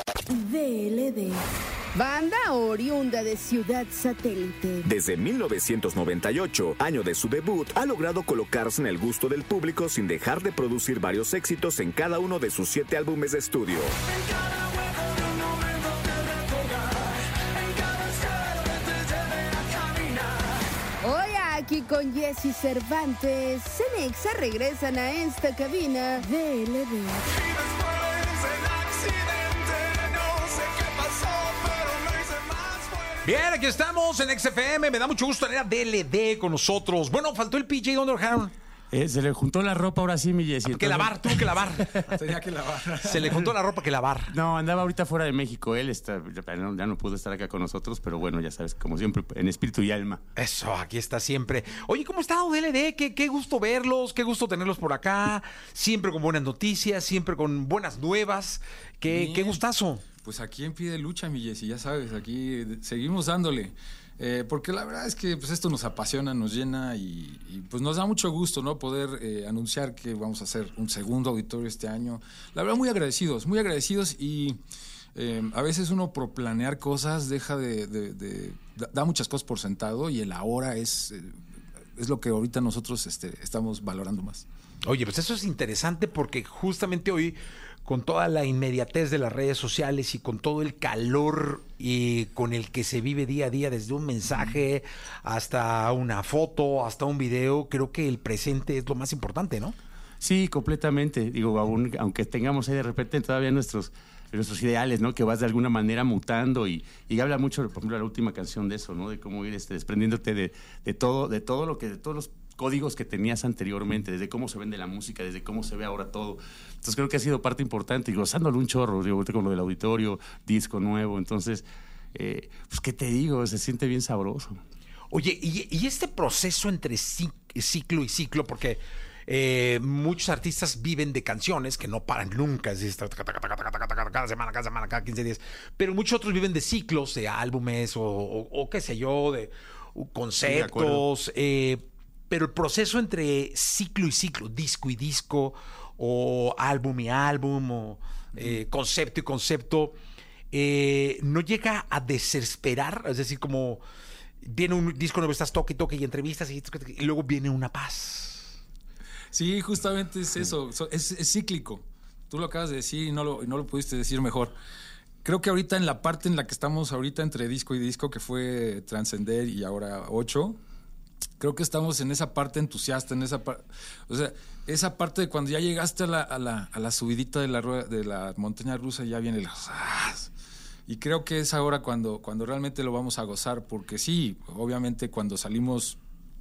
DLD. Banda oriunda de Ciudad Satélite. Desde 1998, año de su debut, ha logrado colocarse en el gusto del público sin dejar de producir varios éxitos en cada uno de sus 7 álbumes de estudio. Hoy aquí con Jesse Cervantes, Cenexa regresan a esta cabina DLD. Bien, aquí estamos en XFM. Me da mucho gusto tener a DLD con nosotros. Bueno, faltó el PJ. ¿Dónde lo dejaron? Se le juntó la ropa ahora sí, mi Jessy. Tuvo que lavar. Tenía que lavar. Se le juntó la ropa que lavar. No, andaba ahorita fuera de México. Él ya no pudo estar acá con nosotros, pero bueno, ya sabes, como siempre, en espíritu y alma. Eso, aquí está siempre. Oye, ¿cómo está DLD? Qué gusto verlos, qué gusto tenerlos por acá. Siempre con buenas noticias, siempre con buenas nuevas. Qué gustazo. Pues aquí en pie de lucha, mi Jessy, ya sabes, aquí seguimos dándole. Porque la verdad es que pues esto nos apasiona, nos llena y pues nos da mucho gusto, ¿no? Poder anunciar que vamos a hacer un segundo auditorio este año. La verdad, muy agradecidos y a veces uno por planear cosas da muchas cosas por sentado y el ahora es lo que ahorita nosotros estamos valorando más. Oye, pues eso es interesante porque justamente hoy, con toda la inmediatez de las redes sociales y con todo el calor y con el que se vive día a día, desde un mensaje hasta una foto, hasta un video, creo que el presente es lo más importante, ¿no? Sí, completamente. Digo, aunque tengamos ahí de repente todavía nuestros ideales, ¿no? Que vas de alguna manera mutando y habla mucho, por ejemplo, la última canción de eso, ¿no? De cómo ir desprendiéndote de todos los códigos que tenías anteriormente, desde cómo se vende la música, desde cómo se ve ahora todo. Entonces creo que ha sido parte importante y gozándolo un chorro, digo, ahorita con lo del auditorio, disco nuevo, entonces, pues qué te digo, se siente bien sabroso. Oye, y este proceso entre ciclo y ciclo, porque muchos artistas viven de canciones que no paran nunca, es decir, cada semana, cada 15 días, pero muchos otros viven de ciclos, de álbumes o qué sé yo, de conceptos, pero el proceso entre ciclo y ciclo, disco y disco, o álbum y álbum, o concepto y concepto, no llega a desesperar, es decir, como viene un disco nuevo, estás toque y entrevistas y luego viene una paz. Sí, justamente es eso, es cíclico. Tú lo acabas de decir y no lo pudiste decir mejor. Creo que ahorita en la parte en la que estamos ahorita entre disco y disco, que fue Trascender y ahora 8, creo que estamos en esa parte entusiasta, o sea, esa parte de cuando ya llegaste a la subidita de la montaña rusa, ya viene y creo que es ahora cuando realmente lo vamos a gozar, porque sí, obviamente cuando salimos,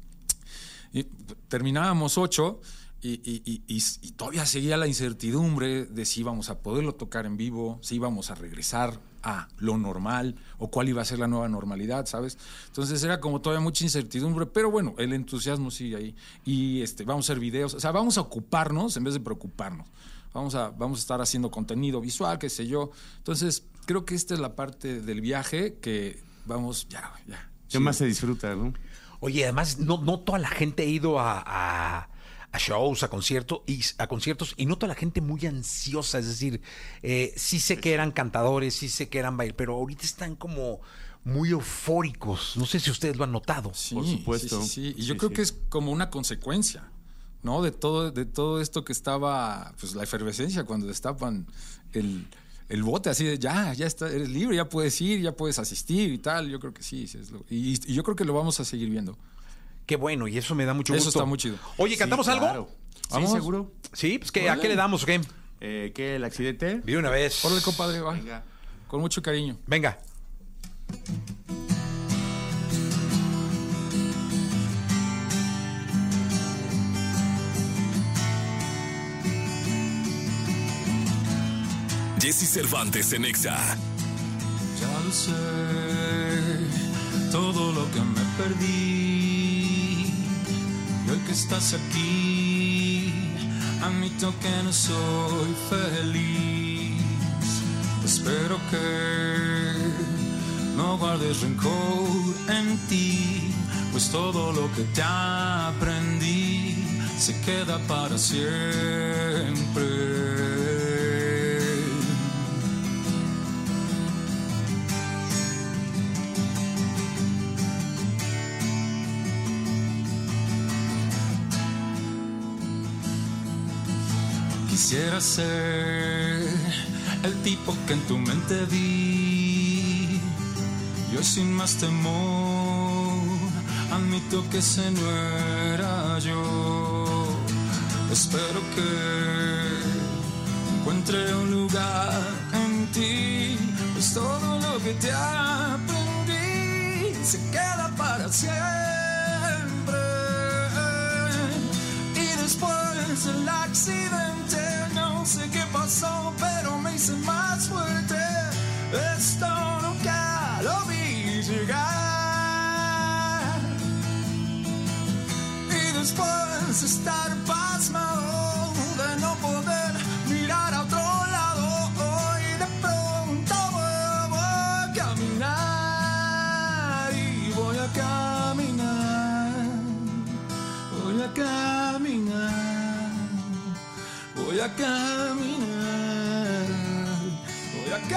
terminábamos 8 y todavía seguía la incertidumbre de si íbamos a poderlo tocar en vivo, si íbamos a regresar a lo normal o cuál iba a ser la nueva normalidad, ¿sabes? Entonces era como todavía mucha incertidumbre, pero bueno, el entusiasmo sigue ahí y vamos a hacer videos, o sea, vamos a ocuparnos en vez de preocuparnos. Vamos a estar haciendo contenido visual, qué sé yo. Entonces, creo que esta es la parte del viaje que vamos ya. ¿Qué más se disfruta, no? Oye, además, no toda la gente ha ido a shows, a conciertos, y noto a la gente muy ansiosa, es decir, sí sé que eran cantadores, sí sé que eran bailadores, pero ahorita están como muy eufóricos. No sé si ustedes lo han notado. Sí, por supuesto. Sí. Y yo creo que es como una consecuencia, ¿no? De todo esto que estaba, pues la efervescencia cuando destapan el bote así de ya está, eres libre, ya puedes ir, ya puedes asistir y tal. Yo creo que sí, y yo creo que lo vamos a seguir viendo. Qué bueno, y eso me da mucho gusto. Eso está muy chido. Oye, ¿cantamos algo? Claro. ¿Vamos? Sí, seguro. Sí, pues ¿a qué le damos o qué? ¿Qué, el accidente? De una vez. Órale, compadre, va. Venga. Con mucho cariño. Venga. Jesse Cervantes en Exa. Ya lo sé, todo lo que me perdí. Y hoy que estás aquí, admito que no soy feliz. Espero que no guardes rencor en ti, pues todo lo que te aprendí se queda para siempre. Quisiera ser el tipo que en tu mente vi. Y hoy sin más temor admito que ese no era yo. Espero que encuentre un lugar en ti, pues todo lo que te aprendí se queda para siempre. Y después del accidente no sé qué pasó, pero me hice más fuerte. Esto nunca lo vi llegar. Y después de estar pasmado de no poder mirar a otro lado, hoy de pronto vuelvo a caminar. Y voy a caminar, voy a caminar, voy a caminar, voy a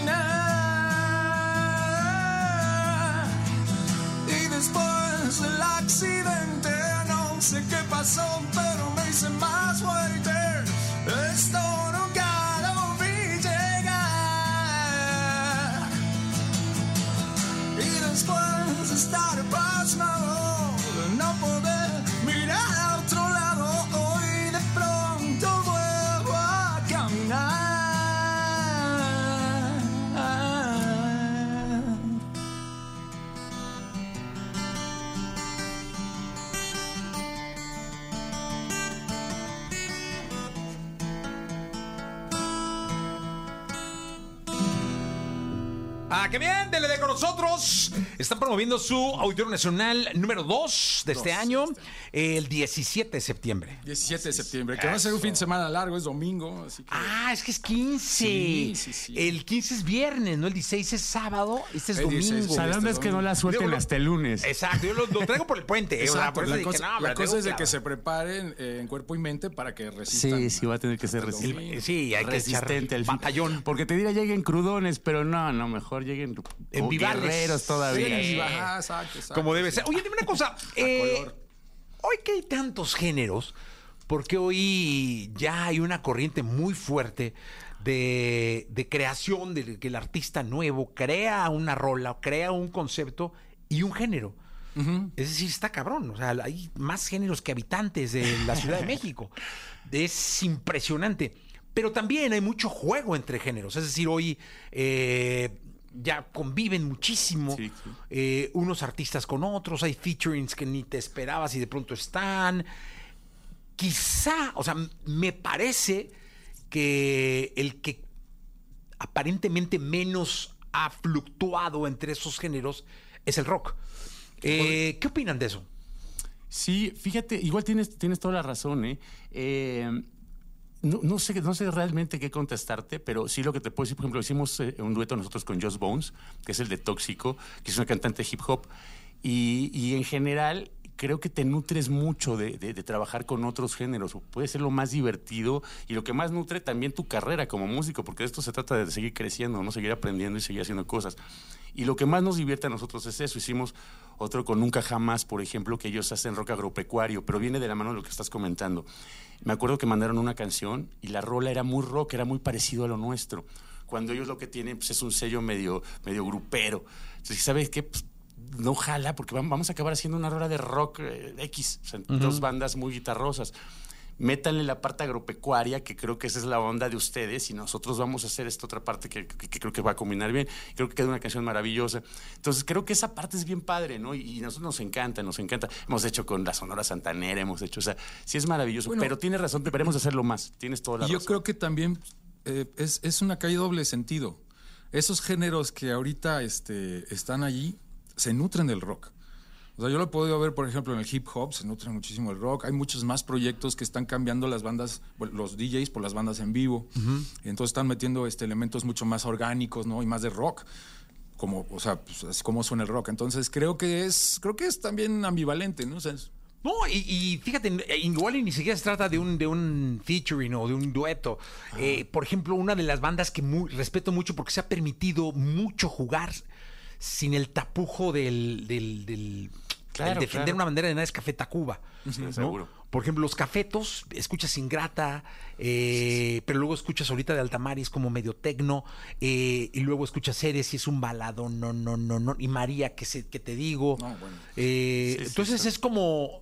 caminar. Y después del accidente no sé qué pasó, pero me hice más fuerte. Esto nunca lo vi llegar. Y después de estar pasmado de no poder mirar a otro lado, hoy de pronto vuelvo a caminar. ¡Ah, qué bien! ¡Dele con nosotros! Están promoviendo su Auditorio Nacional número 2 de este año, el 17 de septiembre. 17 de septiembre, que va a ser un fin de semana largo, es domingo, así que... Ah, es que es 15. Sí. El 15 es viernes, ¿no? El 16 es sábado, este es El 16 domingo. es La onda es que no la suelten Luego, hasta el lunes. Exacto, yo lo traigo por el puente. Exacto, por eso la dije, cosa, no, la pero cosa es de claro. que se preparen en cuerpo y mente para que resistan. Sí, va a tener que ser Sí, hay que resistente echar el batallón. Porque te diría lleguen crudones, pero no, mejor lleguen En vivales. guerreros todavía. Sí, ajá, exacto. Como debe ser. Oye, dime una cosa. color. Hoy que hay tantos géneros, porque hoy ya hay una corriente muy fuerte de creación, de que el artista nuevo crea una rola, crea un concepto y un género. Es decir, está cabrón. O sea, hay más géneros que habitantes de la Ciudad de México. Es impresionante. Pero también hay mucho juego entre géneros. Es decir, hoy ya conviven muchísimo Sí. unos artistas con otros. Hay featurings que ni te esperabas y de pronto están. Quizá, o sea, me parece que el que aparentemente menos ha fluctuado entre esos géneros es el rock. ¿Qué opinan de eso? Sí, fíjate, igual tienes toda la razón, ¿eh? No sé realmente qué contestarte, pero sí lo que te puedo decir, por ejemplo, hicimos un dueto nosotros con Just Bones, que es el de Tóxico, que es una cantante de hip hop, y en general creo que te nutres mucho de trabajar con otros géneros. Puede ser lo más divertido y lo que más nutre también tu carrera como músico, porque de esto se trata de seguir creciendo, ¿no? Seguir aprendiendo y seguir haciendo cosas. Y lo que más nos divierte a nosotros es eso. Hicimos otro con Nunca Jamás, por ejemplo, que ellos hacen rock agropecuario, pero viene de la mano de lo que estás comentando. Me acuerdo que mandaron una canción y la rola era muy rock, era muy parecido a lo nuestro. Cuando ellos lo que tienen pues, es un sello medio grupero. Entonces, ¿sabes qué? Pues, no jala, porque vamos a acabar haciendo una rola de rock X, o sea, dos bandas muy guitarrosas. Métanle la parte agropecuaria, que creo que esa es la onda de ustedes, y nosotros vamos a hacer esta otra parte que creo que va a combinar bien. Creo que queda una canción maravillosa. Entonces, creo que esa parte es bien padre, ¿no? Y a nosotros nos encanta. Hemos hecho con la Sonora Santanera, o sea, sí es maravilloso. Bueno, pero tienes razón, deberemos hacerlo más. Tienes toda la razón. Yo creo que también es una calle doble sentido. Esos géneros que ahorita están allí se nutren del rock. O sea, yo lo he podido ver, por ejemplo, en el hip hop, se nutre muchísimo el rock. Hay muchos más proyectos que están cambiando las bandas, los DJs por las bandas en vivo. Y entonces están metiendo elementos mucho más orgánicos, ¿no? Y más de rock. Como, o sea, pues, así como suena el rock. Entonces creo que es también ambivalente, ¿no? O sea, No, y fíjate, igual y ni siquiera se trata de un featuring o de un dueto. Por ejemplo, una de las bandas que respeto mucho porque se ha permitido mucho jugar sin el tapujo del Claro, defender claro. una bandera de nada es Café Tacuba. Sí, ¿no? seguro. Por ejemplo, los Cafetos, escuchas Ingrata, pero luego escuchas ahorita de Altamar y es como medio tecno, y luego escuchas Ceres y es un balado, no, y María, que te digo. No, bueno. Entonces es como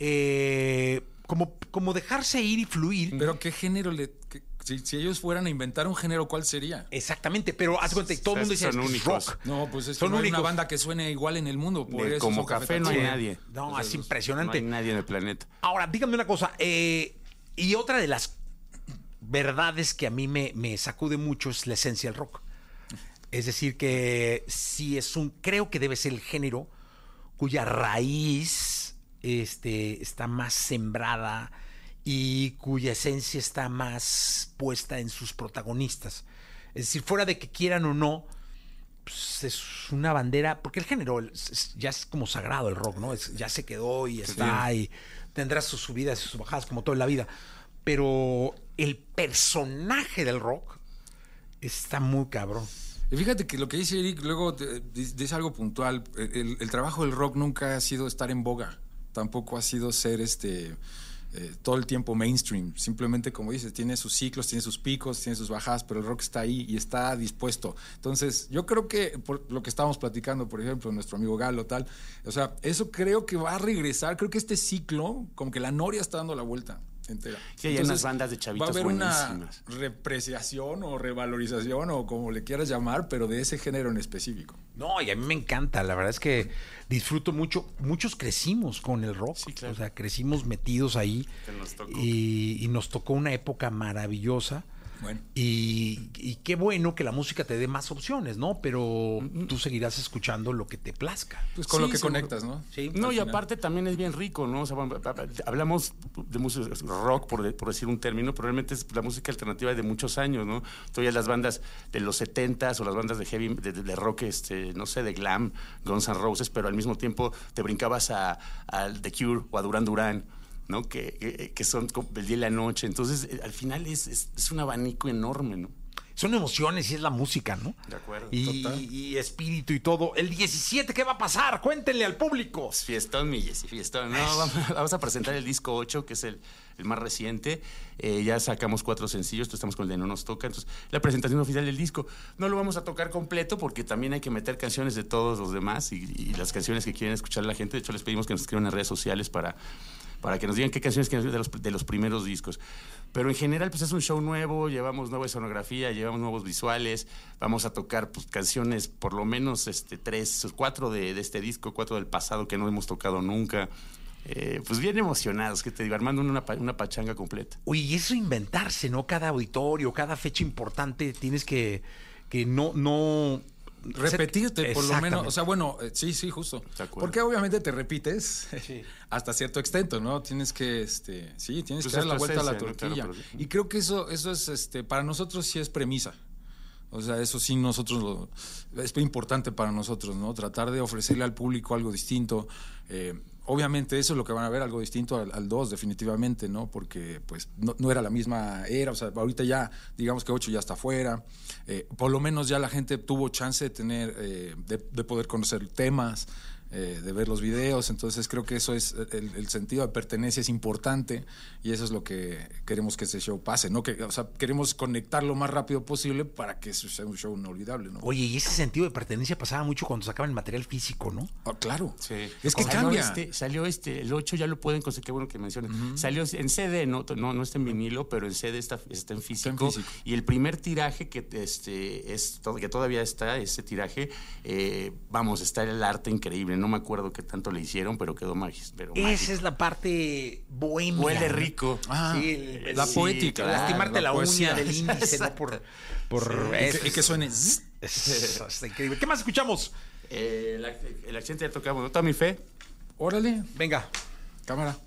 dejarse ir y fluir. Pero ¿qué género si ellos fueran a inventar un género, ¿cuál sería? Exactamente, pero haz cuenta, todo el mundo dice Son es únicos. rock. No, pues es que Son no hay únicos. una banda que suene igual en el mundo. Por eso Como son Café no hay Cafetos. nadie. No, es No impresionante. hay nadie en el planeta. Ahora, dígame una cosa, y otra de las verdades que a mí me sacude mucho es la esencia del rock. Es decir, que sí creo que debe ser el género cuya raíz está más sembrada y cuya esencia está más puesta en sus protagonistas. Es decir, fuera de que quieran o no, pues es una bandera, porque el género ya es como sagrado el rock, ¿no? Ya se quedó y está, y tendrá sus subidas y sus bajadas como toda la vida. Pero el personaje del rock está muy cabrón. Y fíjate que lo que dice Eric luego dice algo puntual. El trabajo del rock nunca ha sido estar en boga. Tampoco ha sido ser todo el tiempo mainstream. Simplemente, como dices, tiene sus ciclos, tiene sus picos, tiene sus bajadas, pero el rock está ahí y está dispuesto. Entonces, yo creo que por lo que estábamos platicando, por ejemplo, nuestro amigo Galo, tal, o sea, eso creo que va a regresar. Creo que este ciclo, como que la noria está dando la vuelta entera. Sí, hay unas bandas de chavitos va a haber buenísimas. una repreciación o revalorización o como le quieras llamar, pero de ese género en específico. No, y a mí me encanta, la verdad es que disfruto mucho. Muchos crecimos con el rock, Sí, claro. o sea, crecimos metidos ahí Que nos tocó. y nos tocó una época maravillosa. Bueno. Y qué bueno que la música te dé más opciones, ¿no? Pero tú seguirás escuchando lo que te plazca. Pues con Sí, lo que seguro. conectas, ¿no? Sí. No, Al y final. aparte también es bien rico, ¿no? O sea, hablamos de música rock, por decir un término, pero realmente es la música alternativa de muchos años, ¿no? Todavía las bandas de los 70s o las bandas de heavy, de rock, no sé, de glam, Guns N' Roses, pero al mismo tiempo te brincabas a The Cure o a Duran Duran, ¿no? Que son como el día y la noche. Entonces, al final es un abanico enorme, ¿no? Son emociones y es la música, ¿no? De acuerdo. Y espíritu y todo. El 17, ¿qué va a pasar? Cuéntenle al público. Fiestón, mi Jessy, fiestón. No, vamos a presentar el disco 8, que es el más reciente. Ya sacamos 4 sencillos, estamos con el de No Nos Toca. Entonces, la presentación oficial del disco. No lo vamos a tocar completo porque también hay que meter canciones de todos los demás y las canciones que quieren escuchar la gente. De hecho, les pedimos que nos escriban en redes sociales para que nos digan qué canciones quieren de los primeros discos. Pero en general, pues es un show nuevo, llevamos nueva escenografía, llevamos nuevos visuales, vamos a tocar pues, canciones, por lo menos 4 de este disco, 4 del pasado que no hemos tocado nunca. Pues bien emocionados, que te digo, armando una pachanga completa. Oye, y eso inventarse, ¿no? Cada auditorio, cada fecha importante, tienes que no Repetirte, por lo menos. Exactamente. O sea, bueno, sí, justo. De acuerdo. Porque obviamente te repites hasta cierto extento, ¿no? Tienes que, tienes Pues que dar es la tu vuelta a la esencia, ¿no? tortilla. Claro, pero- Y creo que eso es, para nosotros sí es premisa. O sea, eso sí es importante para nosotros, ¿no? Tratar de ofrecerle al público algo distinto. Obviamente eso es lo que van a ver, algo distinto al 2, definitivamente, ¿no? Porque pues no era la misma era, o sea, ahorita ya, digamos que 8 ya está fuera. Por lo menos ya la gente tuvo chance de tener, de poder conocer temas, de ver los videos, entonces creo que eso es, el sentido de pertenencia es importante y eso es lo que queremos que ese show pase, ¿no? O sea, queremos conectar lo más rápido posible para que eso sea un show inolvidable, ¿no? Oye, y ese sentido de pertenencia pasaba mucho cuando sacaban el material físico, ¿no? Ah, claro. Sí. Es que Salió cambia. Salió el 8, ya lo pueden conseguir, qué bueno que menciones. Salió en CD, no está en vinilo, pero en CD está en físico. físico. Y el primer tiraje que todavía está, ese tiraje, está el arte increíble. No me acuerdo qué tanto le hicieron, pero quedó mágico. Esa es la parte bohemia. Huele ¿no? rico. Ah, Sí, la poética. claro, lastimarte la poesía. uña del índice, ¿no? Por Y que suene. Está increíble. ¿Qué más escuchamos? El accidente ya tocamos, ¿no? Toda mi fe. Órale, Venga. cámara.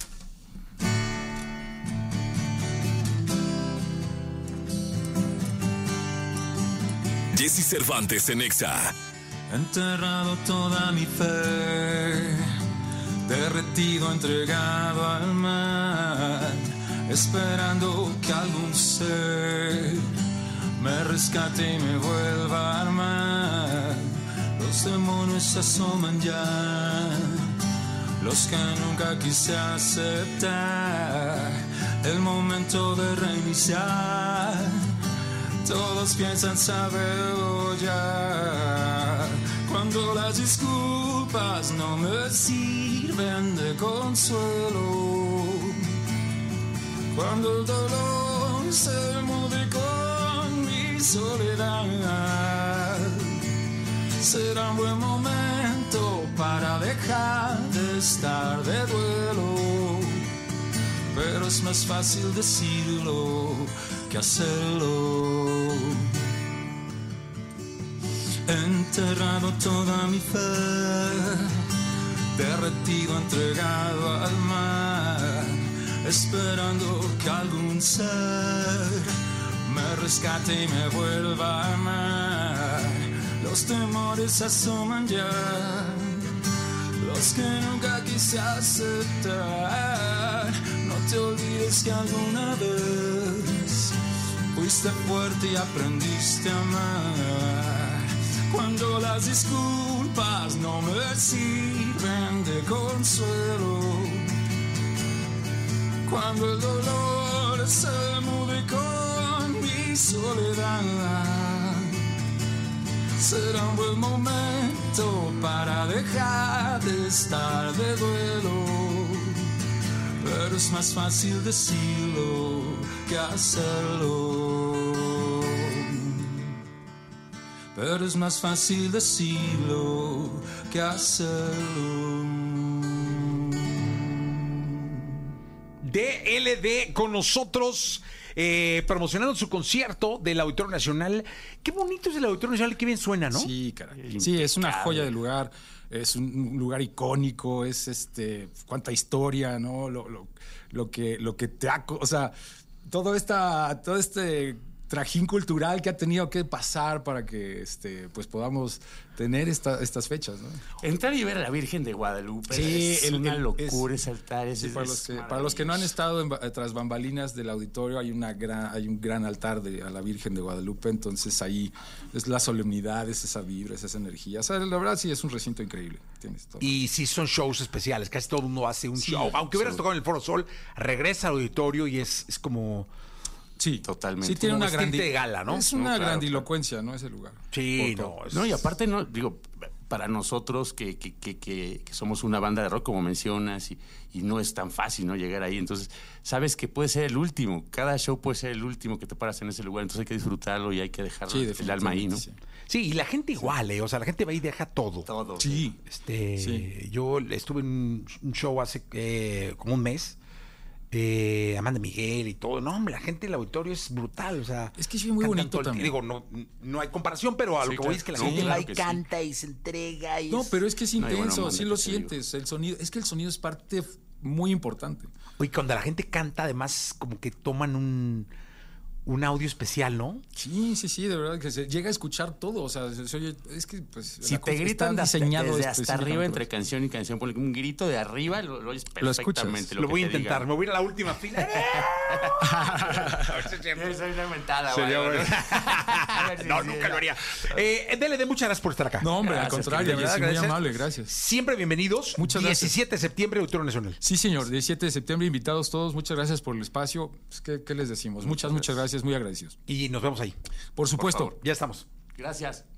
Jesse Cervantes en Exa. He enterrado toda mi fe, derretido, entregado al mar, esperando que algún ser me rescate y me vuelva a armar. Los demonios se asoman ya, los que nunca quise aceptar, el momento de reiniciar. Todos piensan saberlo ya, cuando las disculpas no me sirven de consuelo, cuando el dolor se mude con mi soledad. Será un buen momento para dejar de estar de duelo, pero es más fácil decirlo que hacerlo. He enterrado toda mi fe, derretido, entregado al mar, esperando que algún ser me rescate y me vuelva a amar. Los temores se asoman ya, los que nunca quise aceptar. No te olvides que alguna vez fuiste fuerte y aprendiste a amar. Cuando las disculpas no me sirven de consuelo, cuando el dolor se mude con mi soledad. Será un buen momento para dejar de estar de duelo, pero es más fácil decirlo que hacerlo. Pero es más fácil decirlo que hacerlo. DLD con nosotros, promocionando su concierto del Auditorio Nacional. Qué bonito es el Auditorio Nacional, qué bien suena, ¿no? Sí, caray. Sí, es una joya de lugar, es un lugar icónico, es cuánta historia, ¿no? Lo que te ha, o sea, todo este trajín cultural que ha tenido que pasar para que pues podamos tener estas fechas, ¿no? Entrar y ver a la Virgen de Guadalupe, sí, es una locura ese altar. Sí, para los que no han estado tras bambalinas del auditorio, hay un gran altar a la Virgen de Guadalupe, entonces ahí es la solemnidad, es esa vibra, es esa energía. O sea, la verdad sí es un recinto increíble. Tienes todo. Y sí son shows especiales, casi todo el mundo hace un Sí, show. Aunque hubieras tocado en el Foro Sol, regresa al auditorio y es como... Sí, totalmente. Sí, tiene como una vestirte de gala, ¿no? Es una No, claro, grandilocuencia, ¿no? Ese lugar. Sí, No, y aparte, no, digo, para nosotros que somos una banda de rock, como mencionas, y no es tan fácil, ¿no? Llegar ahí. Entonces, sabes que puede ser el último. Cada show puede ser el último que te paras en ese lugar. Entonces hay que disfrutarlo y hay que dejar el alma ahí, ¿no? Sí. Sí, y la gente igual, O sea, la gente va y deja todo. Todo. Sí. Sí. Yo estuve en un show hace como un mes. Amanda Miguel y todo. No, hombre, la gente del auditorio es brutal. O sea, Es que sí, muy cantan bonito todo el también. Digo, no hay comparación, pero a lo Sí, que voy claro. es que la Sí, gente claro va y que sí. canta y se entrega. Y No, pero es que es No, y intenso, bueno, sí manda lo que te digo. sientes. El sonido, es que el sonido es parte muy importante. Oye, cuando la gente canta, además, como que toman un audio especial, ¿no? Sí, de verdad que se llega a escuchar todo. O sea, se oye, es que pues. Si la te cosa gritan está diseñado desde hasta arriba, entre específicamente. canción y canción, ponle un grito de arriba, lo oyes Lo escuchas. perfectamente. Lo que voy a te intentar. digan. Me voy a ir a la última fila. Esa es una mentada, Sería güey. bueno. A ver si No, sí, nunca lo haría. DLD, muchas gracias por estar acá. No, hombre, al Gracias, contrario, de verdad, Jessy, muy gracias. amable, gracias. Siempre bienvenidos. Muchas gracias. 17 de septiembre, Auditorio Nacional. Sí, señor, 17 de septiembre, invitados todos. Muchas gracias por el espacio. Pues, ¿qué les decimos? Muchas gracias, muy agradecidos. Y nos vemos ahí. Por supuesto. favor. Ya estamos. Gracias.